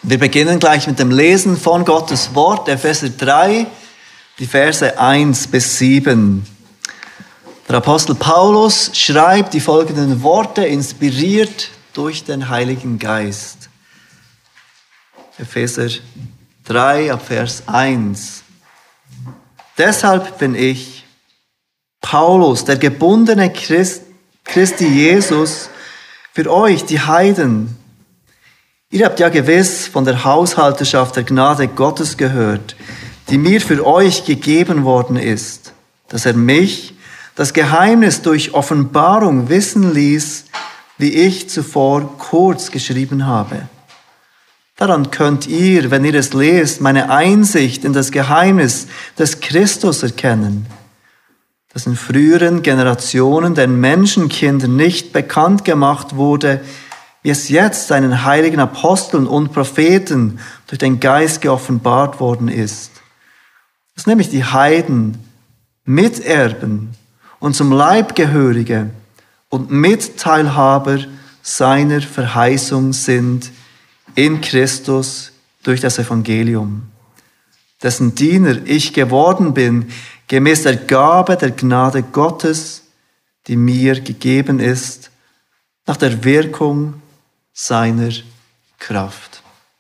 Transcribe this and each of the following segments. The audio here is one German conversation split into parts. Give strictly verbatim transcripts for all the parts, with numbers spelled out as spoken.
Wir beginnen gleich mit dem Lesen von Gottes Wort, Epheser drei, die Verse eins bis sieben. Der Apostel Paulus schreibt die folgenden Worte, inspiriert durch den Heiligen Geist. Epheser drei, ab Vers eins. Deshalb bin ich, Paulus, der gebundene Christ, Christi Jesus, für euch, die Heiden. Ihr habt ja gewiss von der Haushalterschaft der Gnade Gottes gehört, die mir für euch gegeben worden ist, dass er mich, das Geheimnis durch Offenbarung wissen ließ, wie ich zuvor kurz geschrieben habe. Daran könnt ihr, wenn ihr es lest, meine Einsicht in das Geheimnis des Christus erkennen, das in früheren Generationen den Menschenkindern nicht bekannt gemacht wurde, wie es jetzt seinen heiligen Aposteln und Propheten durch den Geist geoffenbart worden ist. Dass nämlich die Heiden Miterben und zum Leibgehörige und Mitteilhaber seiner Verheißung sind in Christus durch das Evangelium, dessen Diener ich geworden bin, gemäß der Gabe der Gnade Gottes, die mir gegeben ist, nach der Wirkung seiner Kraft.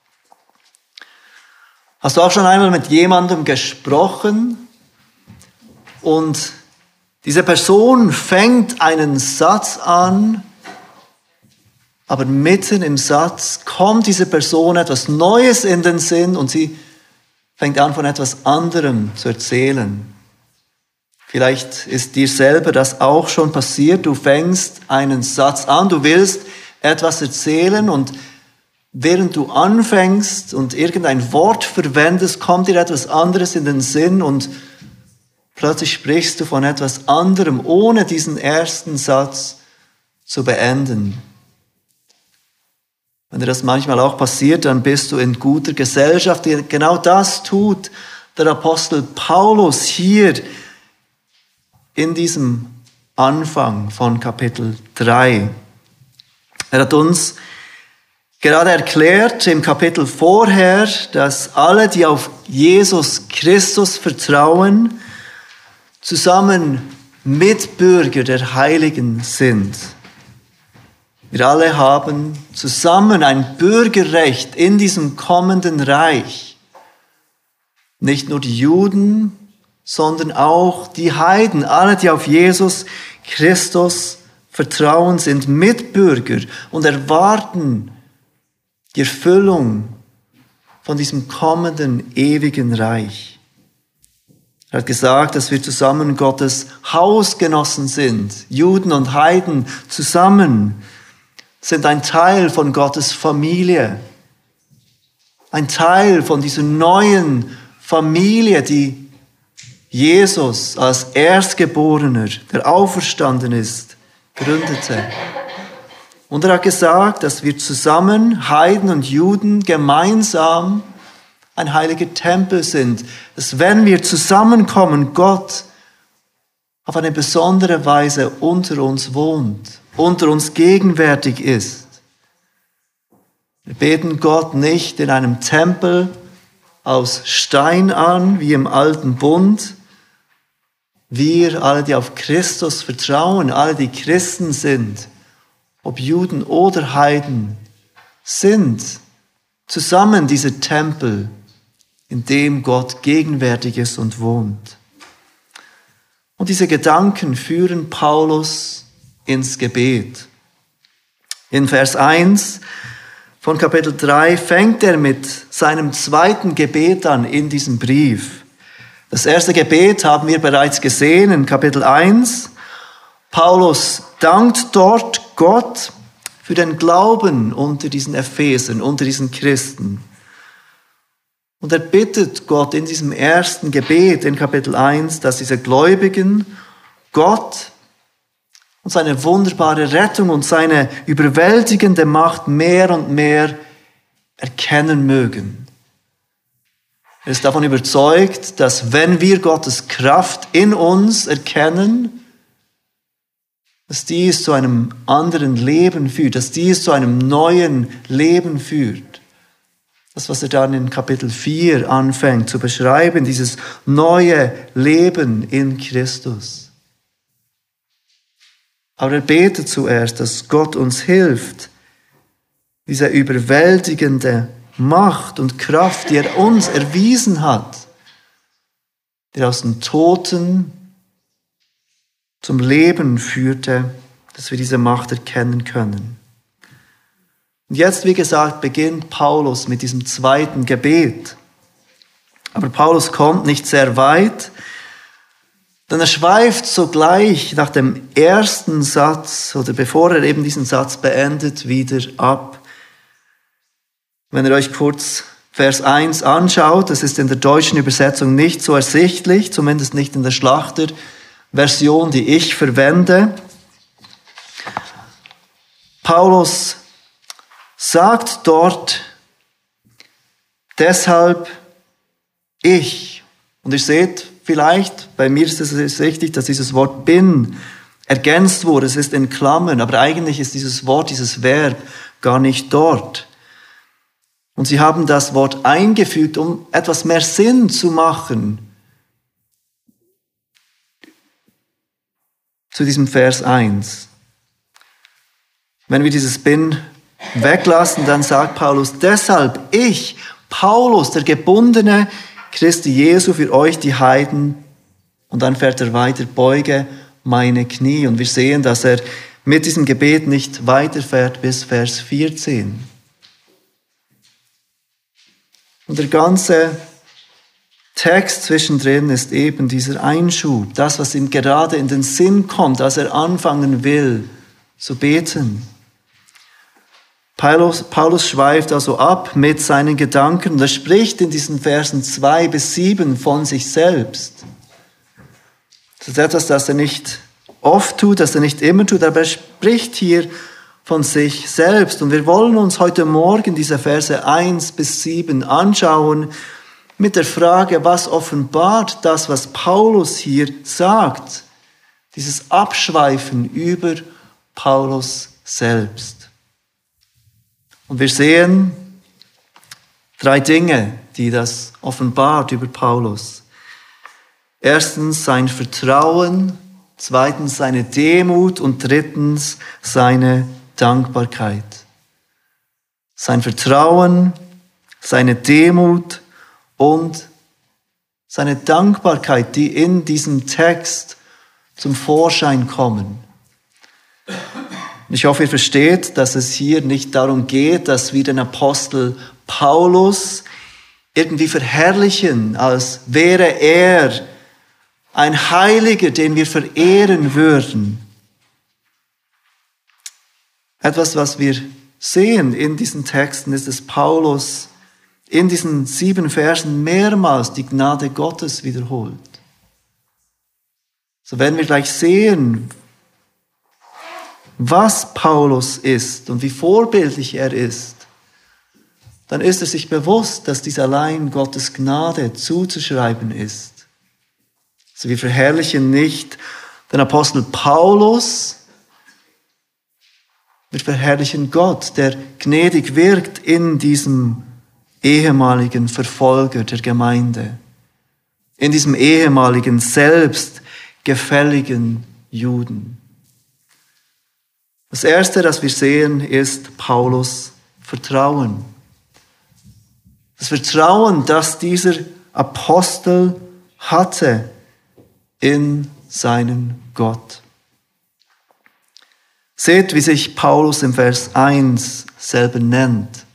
Hast du auch schon einmal mit jemandem gesprochen und diese Person fängt einen Satz an, aber mitten im Satz kommt diese Person etwas Neues in den Sinn und sie fängt an, von etwas anderem zu erzählen. Vielleicht ist dir selber das auch schon passiert. Du fängst einen Satz an, du willst etwas erzählen und während du anfängst und irgendein Wort verwendest, kommt dir etwas anderes in den Sinn und plötzlich sprichst du von etwas anderem, ohne diesen ersten Satz zu beenden. Wenn dir das manchmal auch passiert, dann bist du in guter Gesellschaft. Genau das tut der Apostel Paulus hier in diesem Anfang von Kapitel drei. Er hat uns gerade erklärt im Kapitel vorher, dass alle, die auf Jesus Christus vertrauen, zusammen Mitbürger der Heiligen sind. Wir alle haben zusammen ein Bürgerrecht in diesem kommenden Reich. Nicht nur die Juden, sondern auch die Heiden, alle, die auf Jesus Christus vertrauen, sind Mitbürger und erwarten die Erfüllung von diesem kommenden ewigen Reich. Er hat gesagt, dass wir zusammen Gottes Hausgenossen sind. Juden und Heiden zusammen sind ein Teil von Gottes Familie. Ein Teil von dieser neuen Familie, die Jesus als Erstgeborener, der auferstanden ist, gründete. Und er hat gesagt, dass wir zusammen, Heiden und Juden, gemeinsam ein heiliger Tempel sind. Dass wenn wir zusammenkommen, Gott auf eine besondere Weise unter uns wohnt, unter uns gegenwärtig ist. Wir beten Gott nicht in einem Tempel aus Stein an, wie im alten Bund. Wir, alle, die auf Christus vertrauen, alle, die Christen sind, ob Juden oder Heiden, sind zusammen dieser Tempel, in dem Gott gegenwärtig ist und wohnt. Und diese Gedanken führen Paulus ins Gebet. In Vers eins von Kapitel drei fängt er mit seinem zweiten Gebet an in diesem Brief. Das erste Gebet haben wir bereits gesehen in Kapitel eins. Paulus dankt dort Gott für den Glauben unter diesen Ephesern, unter diesen Christen. Und er bittet Gott in diesem ersten Gebet in Kapitel eins, dass diese Gläubigen Gott und seine wunderbare Rettung und seine überwältigende Macht mehr und mehr erkennen mögen. Er ist davon überzeugt, dass wenn wir Gottes Kraft in uns erkennen, dass dies zu einem anderen Leben führt, dass dies zu einem neuen Leben führt. Das, was er dann in Kapitel vier anfängt zu beschreiben, dieses neue Leben in Christus. Aber er betet zuerst, dass Gott uns hilft, diese überwältigende Macht und Kraft, die er uns erwiesen hat, der aus den Toten zum Leben führte, dass wir diese Macht erkennen können. Und jetzt, wie gesagt, beginnt Paulus mit diesem zweiten Gebet. Aber Paulus kommt nicht sehr weit, denn er schweift sogleich nach dem ersten Satz oder bevor er eben diesen Satz beendet, wieder ab. Wenn ihr euch kurz Vers eins anschaut, das ist in der deutschen Übersetzung nicht so ersichtlich, zumindest nicht in der Schlachter-Version, die ich verwende. Paulus sagt dort deshalb ich. Und ihr seht vielleicht, bei mir ist es richtig, dass dieses Wort bin ergänzt wurde. Es ist in Klammern, aber eigentlich ist dieses Wort, dieses Verb gar nicht dort. Und sie haben das Wort eingefügt, um etwas mehr Sinn zu machen zu diesem Vers eins. Wenn wir dieses bin weglassen, dann sagt Paulus, deshalb ich, Paulus, der Gebundene Christi Jesu für euch die Heiden, und dann fährt er weiter, beuge meine Knie. Und wir sehen, dass er mit diesem Gebet nicht weiterfährt bis Vers vierzehn. Und der ganze Text zwischendrin ist eben dieser Einschub, das, was ihm gerade in den Sinn kommt, als er anfangen will zu beten. Paulus, Paulus schweift also ab mit seinen Gedanken und er spricht in diesen Versen zwei bis sieben von sich selbst. Das ist etwas, das er nicht oft tut, das er nicht immer tut, aber er spricht hier von sich selbst. Und wir wollen uns heute Morgen diese Verse eins bis sieben anschauen mit der Frage, was offenbart das, was Paulus hier sagt, dieses Abschweifen über Paulus selbst. Und wir sehen drei Dinge, die das offenbart über Paulus. Erstens sein Vertrauen, zweitens seine Demut und drittens seine Dankbarkeit. Sein Vertrauen, seine Demut und seine Dankbarkeit, die in diesem Text zum Vorschein kommen. Ich hoffe, ihr versteht, dass es hier nicht darum geht, dass wir den Apostel Paulus irgendwie verherrlichen, als wäre er ein Heiliger, den wir verehren würden. Etwas, was wir sehen in diesen Texten, ist, dass Paulus in diesen sieben Versen mehrmals die Gnade Gottes wiederholt. So werden wir gleich sehen, was Paulus ist und wie vorbildlich er ist, dann ist er sich bewusst, dass dies allein Gottes Gnade zuzuschreiben ist. Also wir verherrlichen nicht den Apostel Paulus, wir verherrlichen Gott, der gnädig wirkt in diesem ehemaligen Verfolger der Gemeinde, in diesem ehemaligen selbstgefälligen Juden. Das Erste, das wir sehen, ist Paulus Vertrauen. Das Vertrauen, das dieser Apostel hatte in seinen Gott. Seht, wie sich Paulus im Vers eins selber nennt.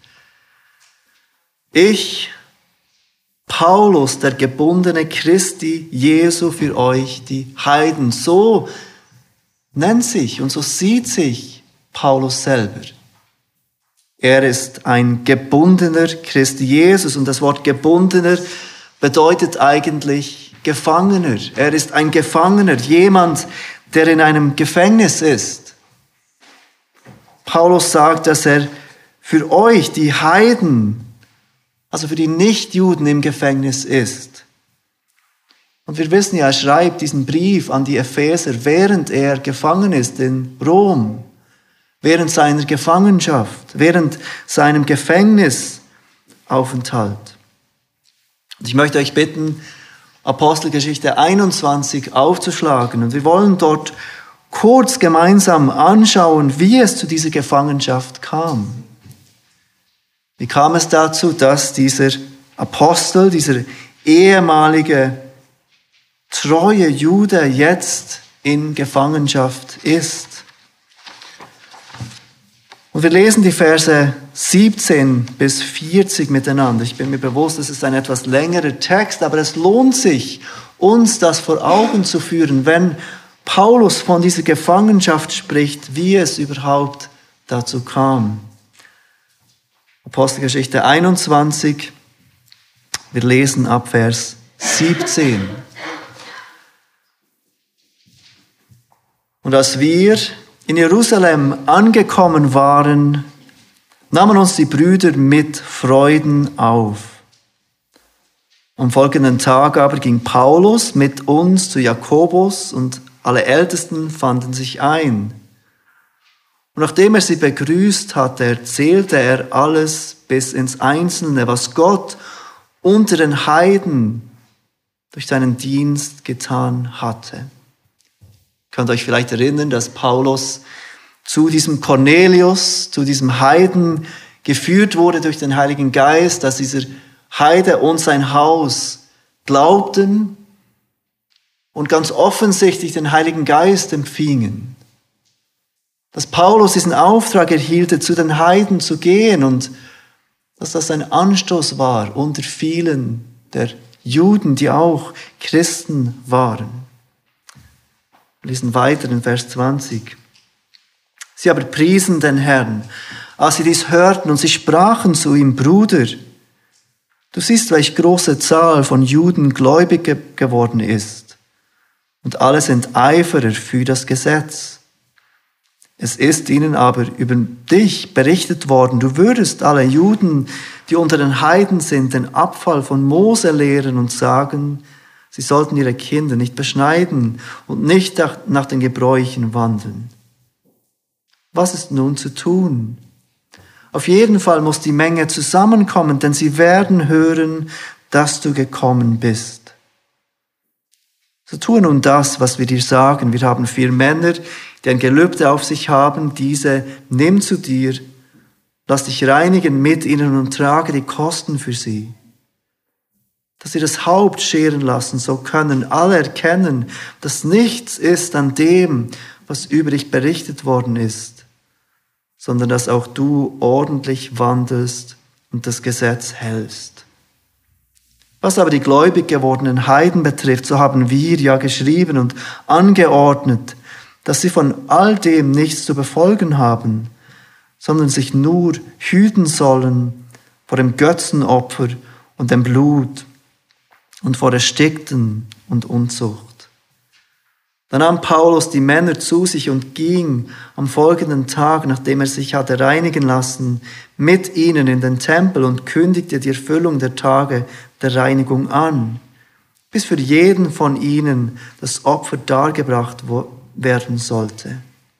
Ich, Paulus, der Gebundene Christi Jesu für euch, die Heiden. So nennt sich und so sieht sich Paulus selber. Er ist ein Gebundener Christi Jesus und das Wort Gebundener bedeutet eigentlich Gefangener. Er ist ein Gefangener, jemand, der in einem Gefängnis ist. Paulus sagt, dass er für euch, die Heiden, also für die Nichtjuden im Gefängnis ist. Und wir wissen ja, er schreibt diesen Brief an die Epheser, während er gefangen ist in Rom, während seiner Gefangenschaft, während seinem Gefängnis Aufenthalt. Und ich möchte euch bitten, Apostelgeschichte einundzwanzig aufzuschlagen. Und wir wollen dort kurz gemeinsam anschauen, wie es zu dieser Gefangenschaft kam. Wie kam es dazu, dass dieser Apostel, dieser ehemalige treue Jude jetzt in Gefangenschaft ist? Und wir lesen die Verse siebzehn bis vierzig miteinander. Ich bin mir bewusst, es ist ein etwas längerer Text, aber es lohnt sich, uns das vor Augen zu führen, wenn Paulus von dieser Gefangenschaft spricht, wie es überhaupt dazu kam. Apostelgeschichte einundzwanzig, wir lesen ab Vers siebzehn. Und als wir in Jerusalem angekommen waren, nahmen uns die Brüder mit Freuden auf. Am folgenden Tag aber ging Paulus mit uns zu Jakobus und alle Ältesten fanden sich ein. Und nachdem er sie begrüßt hatte, erzählte er alles bis ins Einzelne, was Gott unter den Heiden durch seinen Dienst getan hatte. Ihr könnt euch vielleicht erinnern, dass Paulus zu diesem Cornelius, zu diesem Heiden geführt wurde durch den Heiligen Geist, dass dieser Heide und sein Haus glaubten und ganz offensichtlich den Heiligen Geist empfingen. Dass Paulus diesen Auftrag erhielte, zu den Heiden zu gehen und dass das ein Anstoß war unter vielen der Juden, die auch Christen waren. Wir lesen weiter in Vers zwanzig. Sie aber priesen den Herrn, als sie dies hörten, und sie sprachen zu ihm: Bruder, du siehst, welch große Zahl von Juden gläubig ge- geworden ist, und alle sind Eiferer für das Gesetz. Es ist ihnen aber über dich berichtet worden, du würdest alle Juden, die unter den Heiden sind, den Abfall von Mose lehren und sagen, sie sollten ihre Kinder nicht beschneiden und nicht nach den Gebräuchen wandeln. Was ist nun zu tun? Auf jeden Fall muss die Menge zusammenkommen, denn sie werden hören, dass du gekommen bist. So tue nun das, was wir dir sagen. Wir haben vier Männer, die ein Gelübde auf sich haben. Diese nimm zu dir, lass dich reinigen mit ihnen und trage die Kosten für sie. Dass sie das Haupt scheren lassen, so können alle erkennen, dass nichts ist an dem, was über dich berichtet worden ist, sondern dass auch du ordentlich wandelst und das Gesetz hältst. Was aber die gläubig gewordenen Heiden betrifft, so haben wir ja geschrieben und angeordnet, dass sie von all dem nichts zu befolgen haben, sondern sich nur hüten sollen vor dem Götzenopfer und dem Blut und vor Erstickten und Unzucht. Da nahm Paulus die Männer zu sich und ging am folgenden Tag, nachdem er sich hatte reinigen lassen, mit ihnen in den Tempel und kündigte die Erfüllung der Tage der Reinigung an, bis für jeden von ihnen das Opfer dargebracht werden sollte.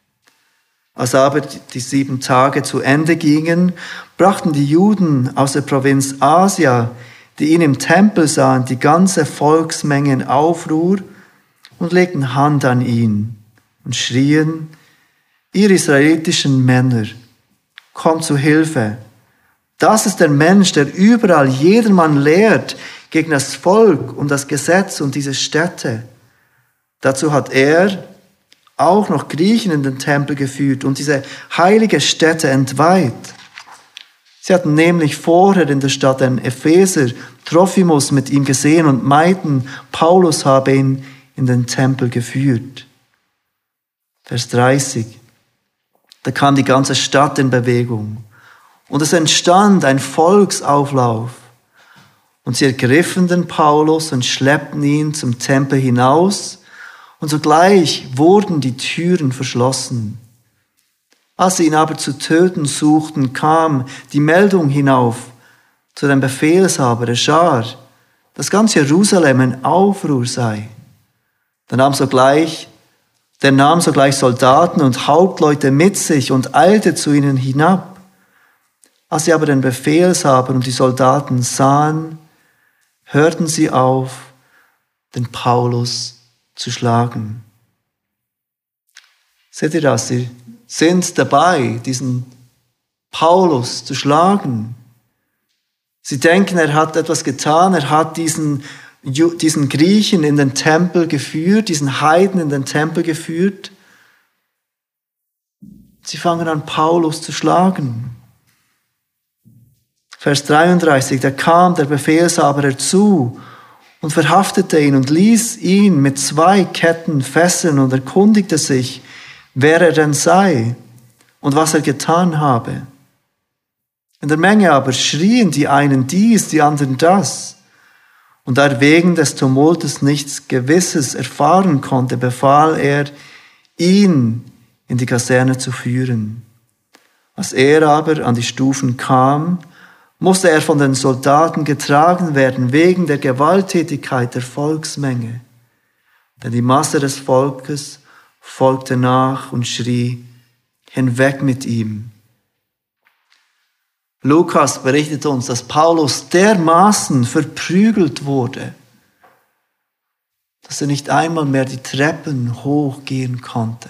Als aber die sieben Tage zu Ende gingen, brachten die Juden aus der Provinz Asia, die ihn im Tempel sahen, die ganze Volksmenge in Aufruhr und legten Hand an ihn und schrien: Ihr israelitischen Männer, kommt zu Hilfe. Das ist der Mensch, der überall jedermann lehrt gegen das Volk und das Gesetz und diese Städte. Dazu hat er auch noch Griechen in den Tempel geführt und diese heilige Stätte entweiht. Sie hatten nämlich vorher in der Stadt einen Epheser, Trophimus, mit ihm gesehen und meinten, Paulus habe ihn in den Tempel geführt. Vers dreißig. Da kam die ganze Stadt in Bewegung und es entstand ein Volksauflauf. Und sie ergriffen den Paulus und schleppten ihn zum Tempel hinaus und sogleich wurden die Türen verschlossen. Als sie ihn aber zu töten suchten, kam die Meldung hinauf zu dem Befehlshaber der Schar, dass ganz Jerusalem in Aufruhr sei. Der nahm sogleich, der nahm sogleich Soldaten und Hauptleute mit sich und eilte zu ihnen hinab. Als sie aber den Befehlshaber und die Soldaten sahen, hörten sie auf, den Paulus zu schlagen. Seht ihr das? Sie sind dabei, diesen Paulus zu schlagen. Sie denken, er hat etwas getan, er hat diesen, diesen Griechen in den Tempel geführt, diesen Heiden in den Tempel geführt. Sie fangen an, Paulus zu schlagen. Vers dreiunddreißig, da kam der Befehlshaber herzu und verhaftete ihn und ließ ihn mit zwei Ketten fesseln und erkundigte sich, wer er denn sei und was er getan habe. In der Menge aber schrien die einen dies, die anderen das. Und da er wegen des Tumultes nichts Gewisses erfahren konnte, befahl er, ihn in die Kaserne zu führen. Als er aber an die Stufen kam, musste er von den Soldaten getragen werden wegen der Gewalttätigkeit der Volksmenge. Denn die Masse des Volkes folgte nach und schrie, hinweg mit ihm. Lukas berichtet uns, dass Paulus dermaßen verprügelt wurde, dass er nicht einmal mehr die Treppen hochgehen konnte.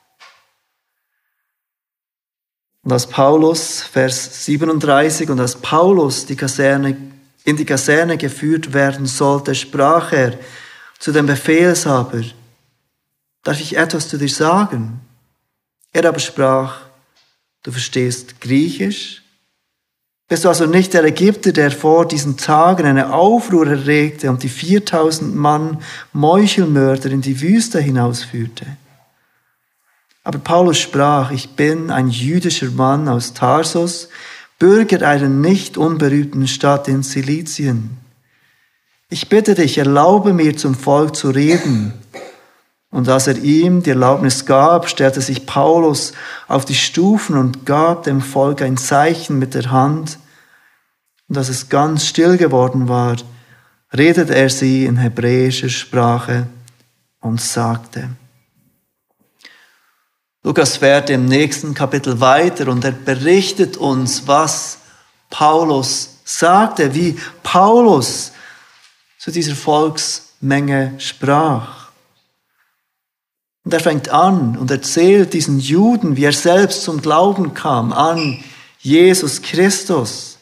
Und als Paulus, Vers siebenunddreißig, und als Paulus die Kaserne, in die Kaserne geführt werden sollte, sprach er zu dem Befehlshaber, darf ich etwas zu dir sagen? Er aber sprach, du verstehst Griechisch? Bist du also nicht der Ägypter, der vor diesen Tagen eine Aufruhr erregte und die viertausend Mann Meuchelmörder in die Wüste hinausführte? Aber Paulus sprach, ich bin ein jüdischer Mann aus Tarsus, Bürger einer nicht unberühmten Stadt in Silizien. Ich bitte dich, erlaube mir zum Volk zu reden. Und als er ihm die Erlaubnis gab, stellte sich Paulus auf die Stufen und gab dem Volk ein Zeichen mit der Hand. Und als es ganz still geworden war, redete er sie in hebräischer Sprache und sagte. Lukas fährt im nächsten Kapitel weiter und er berichtet uns, was Paulus sagte, wie Paulus zu dieser Volksmenge sprach. Und er fängt an und erzählt diesen Juden, wie er selbst zum Glauben kam an Jesus Christus.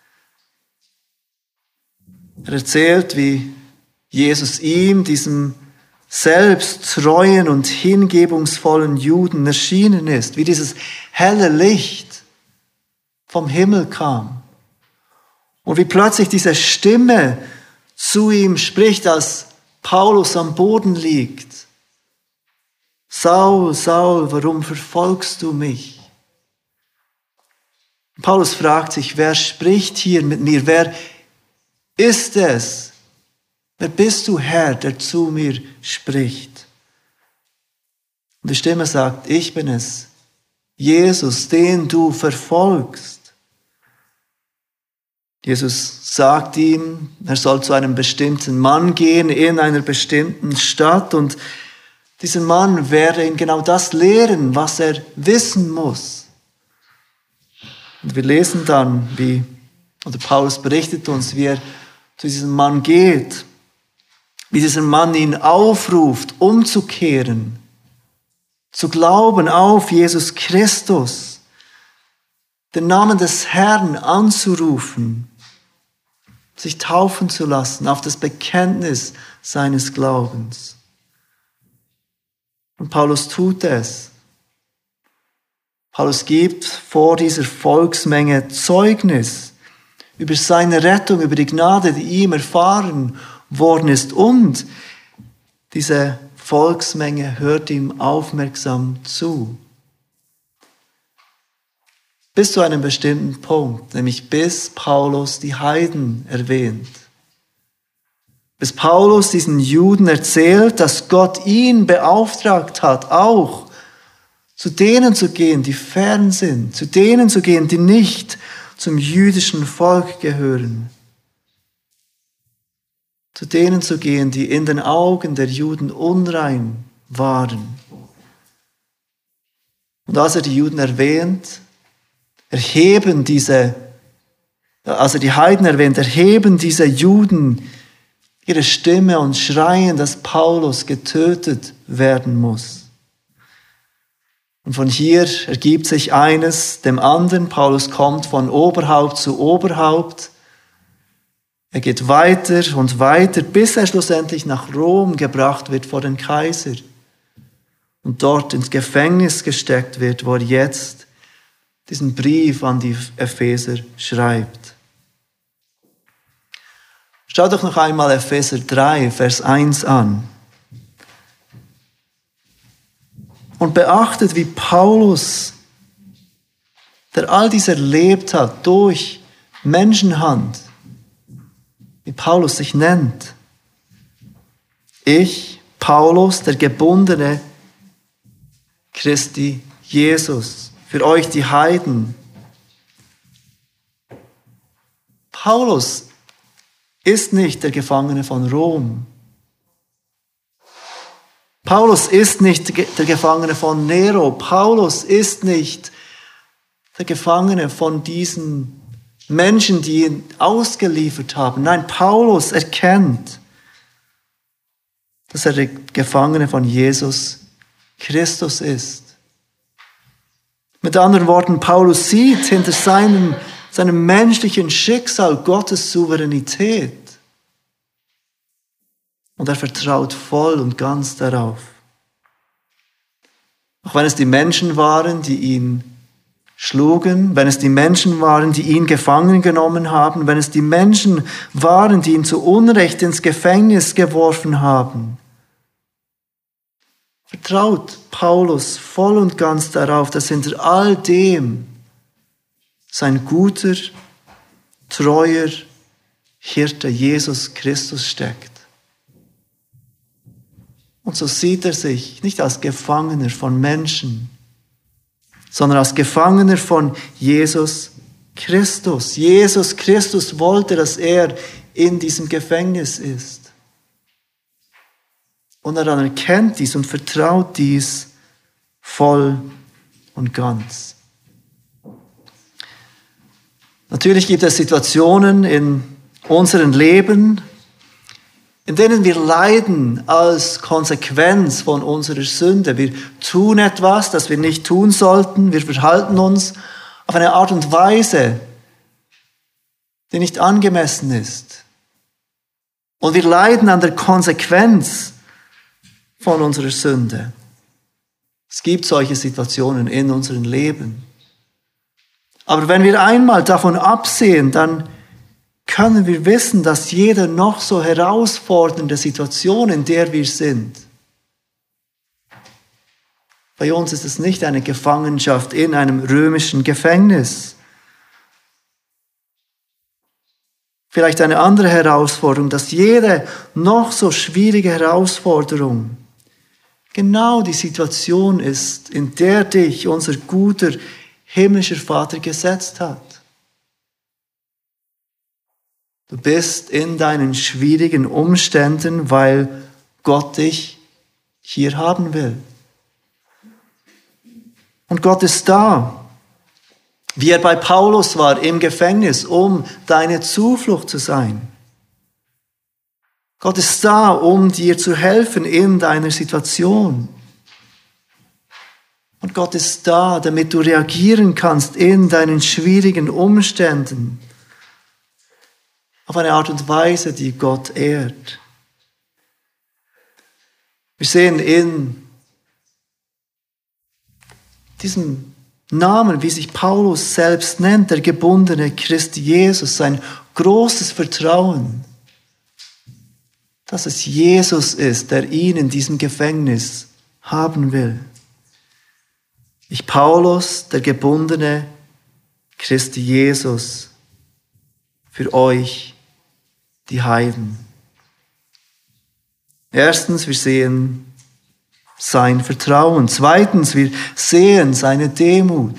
Er erzählt, wie Jesus ihm, diesem selbsttreuen und hingebungsvollen Juden erschienen ist, wie dieses helle Licht vom Himmel kam. Und wie plötzlich diese Stimme zu ihm spricht, als Paulus am Boden liegt. Saul, Saul, warum verfolgst du mich? Paulus fragt sich, wer spricht hier mit mir? Wer ist es? Wer bist du, Herr, der zu mir spricht? Und die Stimme sagt, ich bin es, Jesus, den du verfolgst. Jesus sagt ihm, er soll zu einem bestimmten Mann gehen in einer bestimmten Stadt und dieser Mann werde ihm genau das lehren, was er wissen muss. Und wir lesen dann, wie, oder Paulus berichtet uns, wie er zu diesem Mann geht, wie dieser Mann ihn aufruft, umzukehren, zu glauben auf Jesus Christus, den Namen des Herrn anzurufen, sich taufen zu lassen auf das Bekenntnis seines Glaubens. Und Paulus tut es. Paulus gibt vor dieser Volksmenge Zeugnis über seine Rettung, über die Gnade, die ihm erfahren worden ist. Und diese Volksmenge hört ihm aufmerksam zu. Bis zu einem bestimmten Punkt, nämlich bis Paulus die Heiden erwähnt. Bis Paulus diesen Juden erzählt, dass Gott ihn beauftragt hat, auch zu denen zu gehen, die fern sind, zu denen zu gehen, die nicht zum jüdischen Volk gehören. Zu denen zu gehen, die in den Augen der Juden unrein waren. Und als er die Juden erwähnt, erheben diese als er die Heiden erwähnt, erheben diese Juden ihre Stimme und schreien, dass Paulus getötet werden muss. Und von hier ergibt sich eines dem anderen. Paulus kommt von Oberhaupt zu Oberhaupt. Er geht weiter und weiter, bis er schlussendlich nach Rom gebracht wird vor den Kaiser und dort ins Gefängnis gesteckt wird, wo er jetzt diesen Brief an die Epheser schreibt. Schaut doch noch einmal Epheser drei, Vers eins an. Und beachtet, wie Paulus, der all dies erlebt hat durch Menschenhand, wie Paulus sich nennt. Ich, Paulus, der Gebundene Christi Jesus, für euch die Heiden. Paulus ist nicht der Gefangene von Rom. Paulus ist nicht der Gefangene von Nero. Paulus ist nicht der Gefangene von diesen Menschen, die ihn ausgeliefert haben. Nein, Paulus erkennt, dass er der Gefangene von Jesus Christus ist. Mit anderen Worten, Paulus sieht hinter seinem, seinem menschlichen Schicksal Gottes Souveränität. Und er vertraut voll und ganz darauf. Auch wenn es die Menschen waren, die ihn schlugen, wenn es die Menschen waren, die ihn gefangen genommen haben, wenn es die Menschen waren, die ihn zu Unrecht ins Gefängnis geworfen haben, vertraut Paulus voll und ganz darauf, dass hinter all dem sein guter, treuer Hirte Jesus Christus steckt. Und so sieht er sich nicht als Gefangener von Menschen, sondern als Gefangener von Jesus Christus. Jesus Christus wollte, dass er in diesem Gefängnis ist. Und er anerkennt dies und vertraut dies voll und ganz. Natürlich gibt es Situationen in unserem Leben, in denen wir leiden als Konsequenz von unserer Sünde. Wir tun etwas, das wir nicht tun sollten. Wir verhalten uns auf eine Art und Weise, die nicht angemessen ist. Und wir leiden an der Konsequenz von unserer Sünde. Es gibt solche Situationen in unserem Leben. Aber wenn wir einmal davon absehen, dann können wir wissen, dass jede noch so herausfordernde Situation, in der wir sind, bei uns ist es nicht eine Gefangenschaft in einem römischen Gefängnis. Vielleicht eine andere Herausforderung, dass jede noch so schwierige Herausforderung genau die Situation ist, in der dich unser guter himmlischer Vater gesetzt hat. Du bist in deinen schwierigen Umständen, weil Gott dich hier haben will. Und Gott ist da, wie er bei Paulus war im Gefängnis, um deine Zuflucht zu sein. Gott ist da, um dir zu helfen in deiner Situation. Und Gott ist da, damit du reagieren kannst in deinen schwierigen Umständen. Auf eine Art und Weise, die Gott ehrt. Wir sehen in diesem Namen, wie sich Paulus selbst nennt, der gebundene Christ Jesus, sein großes Vertrauen, dass es Jesus ist, der ihn in diesem Gefängnis haben will. Ich, Paulus, der gebundene Christ Jesus, für euch die Heiden. Erstens, wir sehen sein Vertrauen. Zweitens, wir sehen seine Demut.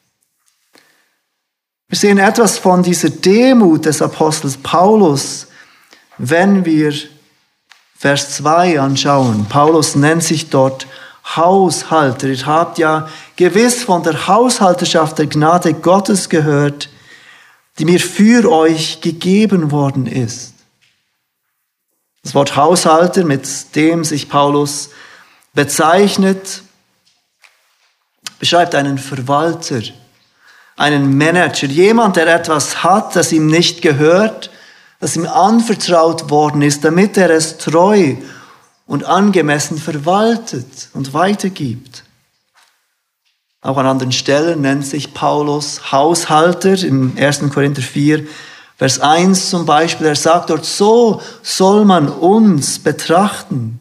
Wir sehen etwas von dieser Demut des Apostels Paulus, wenn wir Vers zwei anschauen. Paulus nennt sich dort Haushalter. Ihr habt ja gewiss von der Haushalterschaft der Gnade Gottes gehört, die mir für euch gegeben worden ist. Das Wort Haushalter, mit dem sich Paulus bezeichnet, beschreibt einen Verwalter, einen Manager, jemand, der etwas hat, das ihm nicht gehört, das ihm anvertraut worden ist, damit er es treu und angemessen verwaltet und weitergibt. Auch an anderen Stellen nennt sich Paulus Haushalter, im ersten Korinther vier, Vers eins zum Beispiel. Er sagt dort, so soll man uns betrachten,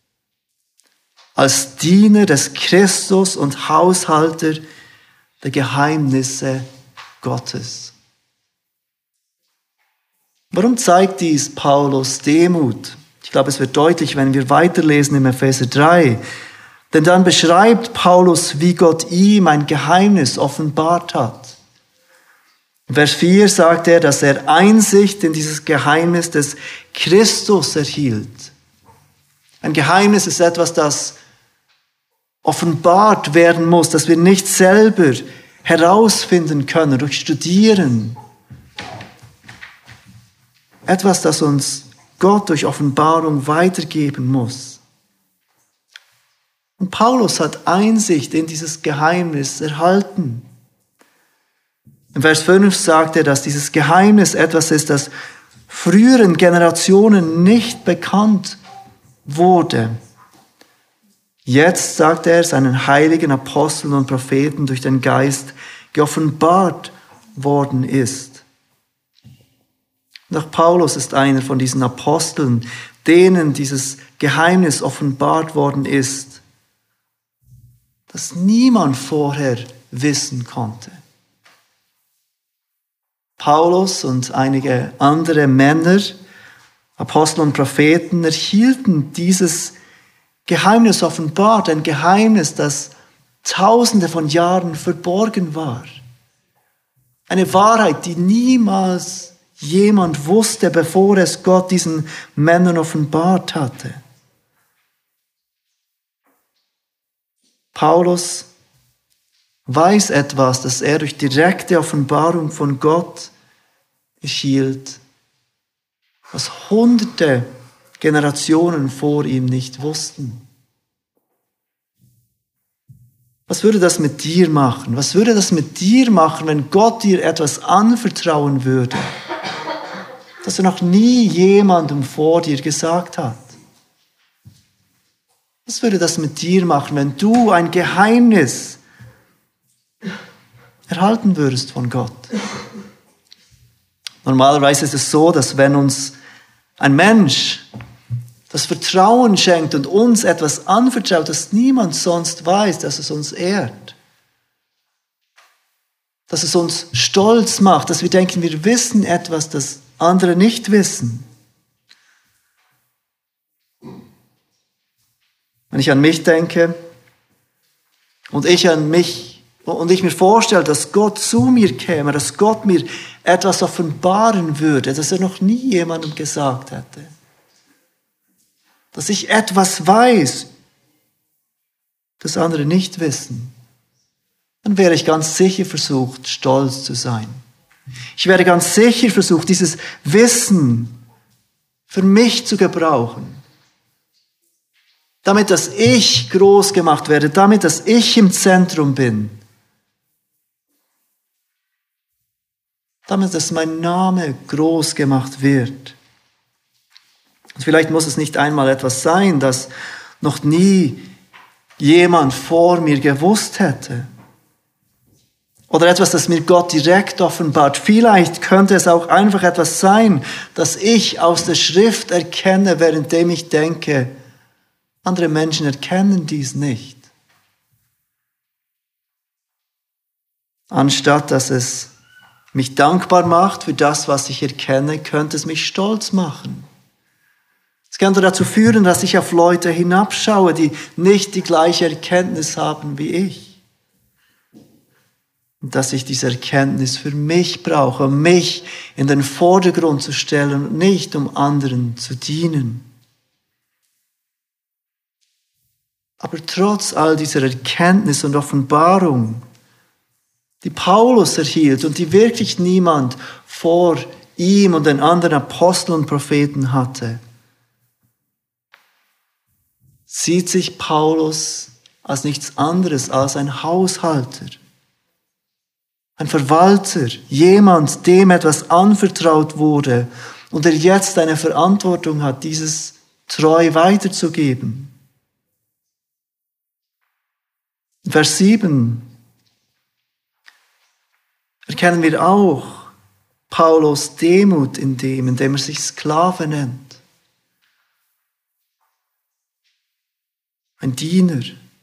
als Diener des Christus und Haushalter der Geheimnisse Gottes. Warum zeigt dies Paulus Demut? Ich glaube, es wird deutlich, wenn wir weiterlesen im Epheser drei. Denn dann beschreibt Paulus, wie Gott ihm ein Geheimnis offenbart hat. In Vers vier sagt er, dass er Einsicht in dieses Geheimnis des Christus erhielt. Ein Geheimnis ist etwas, das offenbart werden muss, das wir nicht selber herausfinden können durch Studieren. Etwas, das uns Gott durch Offenbarung weitergeben muss. Und Paulus hat Einsicht in dieses Geheimnis erhalten. In Vers fünf sagt er, dass dieses Geheimnis etwas ist, das früheren Generationen nicht bekannt wurde. Jetzt, sagt er, seinen heiligen Aposteln und Propheten durch den Geist geoffenbart worden ist. Und auch Paulus ist einer von diesen Aposteln, denen dieses Geheimnis offenbart worden ist, das niemand vorher wissen konnte. Paulus und einige andere Männer, Apostel und Propheten, erhielten dieses Geheimnis offenbart, ein Geheimnis, das tausende von Jahren verborgen war. Eine Wahrheit, die niemals jemand wusste, bevor es Gott diesen Männern offenbart hatte. Paulus weiß etwas, das er durch direkte Offenbarung von Gott erhielt, was hunderte Generationen vor ihm nicht wussten. Was würde das mit dir machen? Was würde das mit dir machen, wenn Gott dir etwas anvertrauen würde, das er noch nie jemandem vor dir gesagt hat? Was würde das mit dir machen, wenn du ein Geheimnis erhalten würdest von Gott? Normalerweise ist es so, dass wenn uns ein Mensch das Vertrauen schenkt und uns etwas anvertraut, das niemand sonst weiß, dass es uns ehrt. Dass es uns stolz macht, dass wir denken, wir wissen etwas, das andere nicht wissen. Wenn ich an mich denke und ich an mich und ich mir vorstelle, dass Gott zu mir käme, dass Gott mir etwas offenbaren würde, das er noch nie jemandem gesagt hätte. Dass ich etwas weiß, das andere nicht wissen, dann wäre ich ganz sicher versucht, stolz zu sein. Ich wäre ganz sicher versucht, dieses Wissen für mich zu gebrauchen. Damit, dass ich groß gemacht werde, damit, dass ich im Zentrum bin. Damit, dass mein Name groß gemacht wird. Und vielleicht muss es nicht einmal etwas sein, das noch nie jemand vor mir gewusst hätte. Oder etwas, das mir Gott direkt offenbart. Vielleicht könnte es auch einfach etwas sein, das ich aus der Schrift erkenne, währenddem ich denke, andere Menschen erkennen dies nicht. Anstatt dass es mich dankbar macht für das, was ich erkenne, könnte es mich stolz machen. Es könnte dazu führen, dass ich auf Leute hinabschaue, die nicht die gleiche Erkenntnis haben wie ich. Und dass ich diese Erkenntnis für mich brauche, um mich in den Vordergrund zu stellen und nicht um anderen zu dienen. Aber trotz all dieser Erkenntnis und Offenbarung, die Paulus erhielt und die wirklich niemand vor ihm und den anderen Aposteln und Propheten hatte, sieht sich Paulus als nichts anderes als ein Haushalter, ein Verwalter, jemand, dem etwas anvertraut wurde und der jetzt eine Verantwortung hat, dieses treu weiterzugeben. In Vers sieben erkennen wir auch Paulus Demut in dem, indem er sich Sklave nennt. Ein Diener.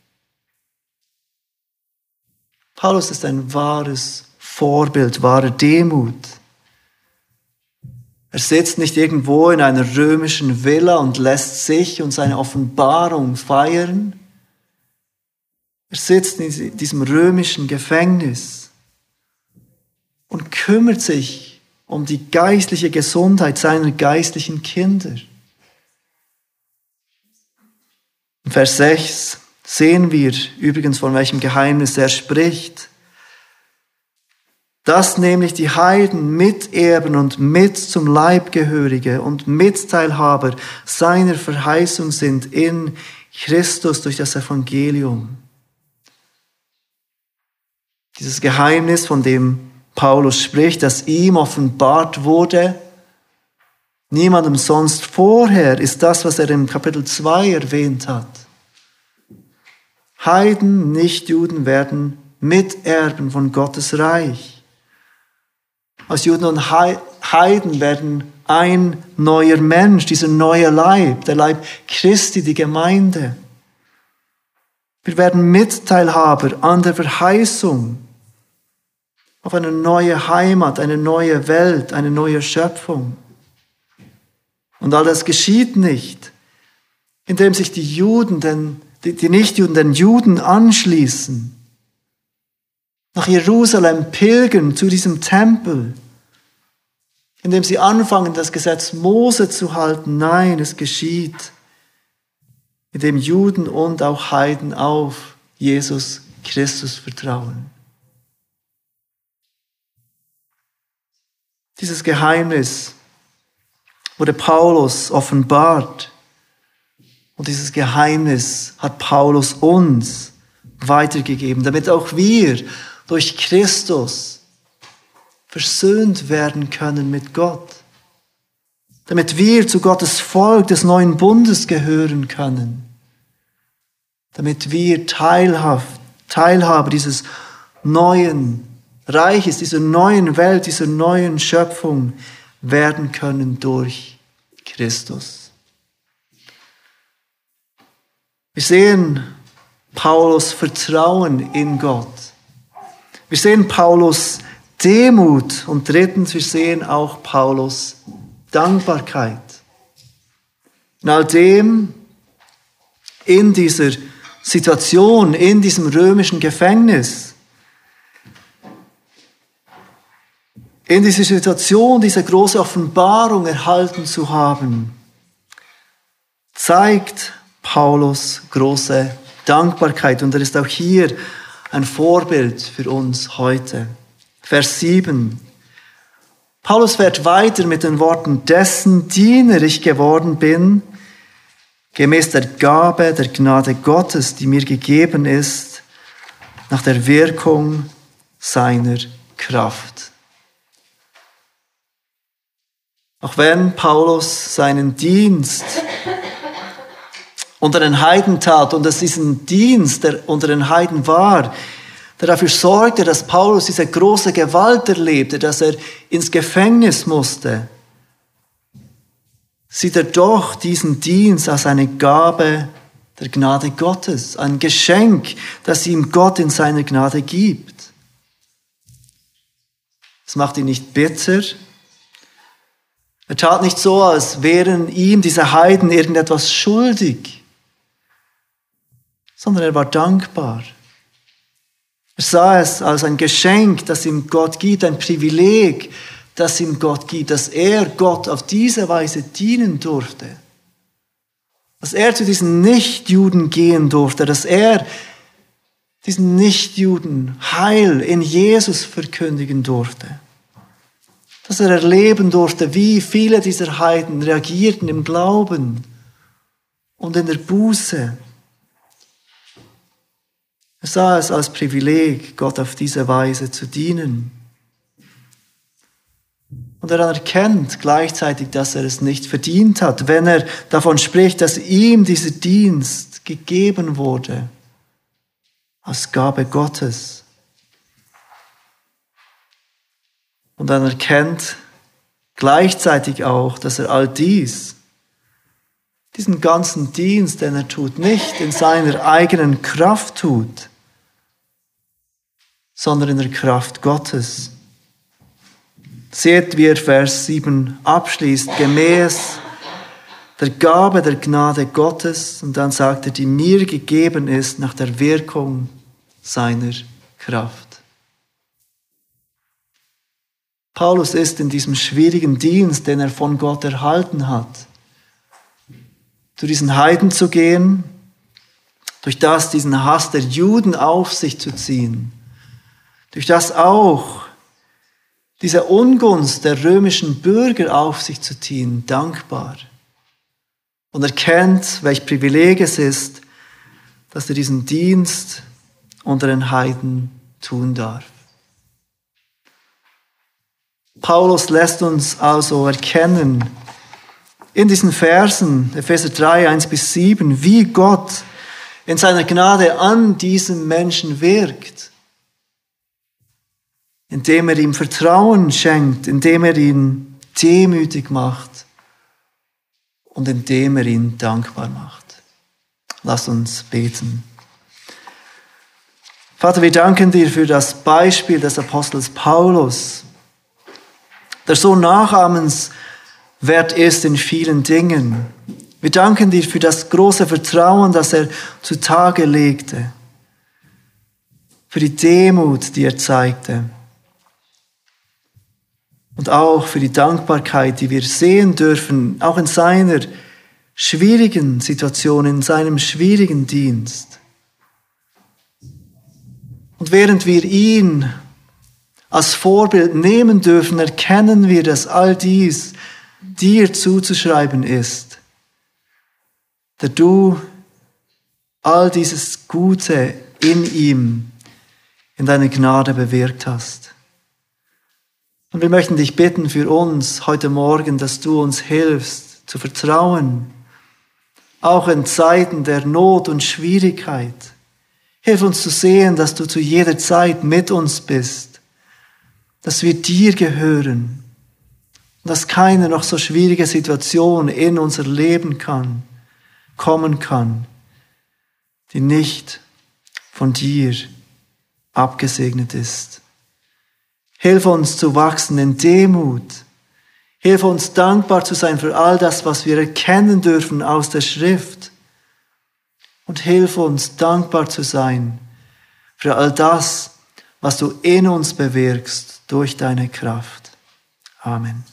Paulus ist ein wahres Vorbild, wahre Demut. Er sitzt nicht irgendwo in einer römischen Villa und lässt sich und seine Offenbarung feiern. Er sitzt in diesem römischen Gefängnis und kümmert sich um die geistliche Gesundheit seiner geistlichen Kinder. In Vers sechs sehen wir übrigens, von welchem Geheimnis er spricht. Dass nämlich die Heiden Miterben und mit zum Leibgehörige und Mitteilhaber seiner Verheißung sind in Christus durch das Evangelium. Dieses Geheimnis, von dem Paulus spricht, das ihm offenbart wurde, niemandem sonst vorher, ist das, was er im Kapitel zwei erwähnt hat. Heiden, Nichtjuden werden Miterben von Gottes Reich. Aus Juden und Heiden werden ein neuer Mensch, dieser neue Leib, der Leib Christi, die Gemeinde. Wir werden Mitteilhaber an der Verheißung auf eine neue Heimat, eine neue Welt, eine neue Schöpfung. Und all das geschieht nicht, indem sich die Juden, den, die, die Nichtjuden den Juden anschließen, nach Jerusalem pilgern zu diesem Tempel, indem sie anfangen, das Gesetz Mose zu halten. Nein, es geschieht, indem Juden und auch Heiden auf Jesus Christus vertrauen. Dieses Geheimnis wurde Paulus offenbart. Und dieses Geheimnis hat Paulus uns weitergegeben, damit auch wir durch Christus versöhnt werden können mit Gott. Damit wir zu Gottes Volk des neuen Bundes gehören können. Damit wir Teilhaft, Teilhaber dieses neuen Reiches, dieser neuen Welt, dieser neuen Schöpfung werden können durch Christus. Wir sehen Paulus Vertrauen in Gott. Wir sehen Paulus Demut und drittens, wir sehen auch Paulus Dankbarkeit. In all dem, in dieser Situation, in diesem römischen Gefängnis, in dieser Situation, diese große Offenbarung erhalten zu haben, zeigt Paulus große Dankbarkeit. Und er ist auch hier ein Vorbild für uns heute. Vers sieben. Paulus fährt weiter mit den Worten, dessen Diener ich geworden bin, gemäß der Gabe der Gnade Gottes, die mir gegeben ist, nach der Wirkung seiner Kraft. Auch wenn Paulus seinen Dienst unter den Heiden tat und es diesen Dienst, der unter den Heiden war, der dafür sorgte, dass Paulus diese große Gewalt erlebte, dass er ins Gefängnis musste, sieht er doch diesen Dienst als eine Gabe der Gnade Gottes, ein Geschenk, das ihm Gott in seiner Gnade gibt. Es macht ihn nicht bitter. Er tat nicht so, als wären ihm diese Heiden irgendetwas schuldig, sondern er war dankbar. Er sah es als ein Geschenk, das ihm Gott gibt, ein Privileg, das ihm Gott gibt, dass er Gott auf diese Weise dienen durfte. Dass er zu diesen Nichtjuden gehen durfte, dass er diesen Nichtjuden Heil in Jesus verkündigen durfte. Dass er erleben durfte, wie viele dieser Heiden reagierten im Glauben und in der Buße. Er sah es als Privileg, Gott auf diese Weise zu dienen. Und er anerkennt gleichzeitig, dass er es nicht verdient hat, wenn er davon spricht, dass ihm dieser Dienst gegeben wurde, als Gabe Gottes. Und er anerkennt gleichzeitig auch, dass er all dies, diesen ganzen Dienst, den er tut, nicht in seiner eigenen Kraft tut, sondern in der Kraft Gottes. Seht, wie er Vers sieben abschließt, gemäß der Gabe der Gnade Gottes, und dann sagt er, die mir gegeben ist nach der Wirkung seiner Kraft. Paulus ist in diesem schwierigen Dienst, den er von Gott erhalten hat, zu diesen Heiden zu gehen, durch das diesen Hass der Juden auf sich zu ziehen, durch das auch diese Ungunst der römischen Bürger auf sich zu ziehen, dankbar. Und erkennt, welch Privileg es ist, dass er diesen Dienst unter den Heiden tun darf. Paulus lässt uns also erkennen, in diesen Versen, Epheser drei, eins bis sieben, wie Gott in seiner Gnade an diesem Menschen wirkt, indem er ihm Vertrauen schenkt, indem er ihn demütig macht und indem er ihn dankbar macht. Lass uns beten. Vater, wir danken dir für das Beispiel des Apostels Paulus, der so nachahmenswert ist in vielen Dingen. Wir danken dir für das große Vertrauen, das er zutage legte, für die Demut, die er zeigte und auch für die Dankbarkeit, die wir sehen dürfen, auch in seiner schwierigen Situation, in seinem schwierigen Dienst. Und während wir ihn als Vorbild nehmen dürfen, erkennen wir, dass all dies dir zuzuschreiben ist, da du all dieses Gute in ihm, in deiner Gnade bewirkt hast. Und wir möchten dich bitten für uns heute Morgen, dass du uns hilfst zu vertrauen, auch in Zeiten der Not und Schwierigkeit. Hilf uns zu sehen, dass du zu jeder Zeit mit uns bist, dass wir dir gehören und dass keine noch so schwierige Situation in unser Leben kann, kommen kann, die nicht von dir abgesegnet ist. Hilf uns zu wachsen in Demut. Hilf uns dankbar zu sein für all das, was wir erkennen dürfen aus der Schrift. Und hilf uns dankbar zu sein für all das, was du in uns bewirkst durch deine Kraft. Amen.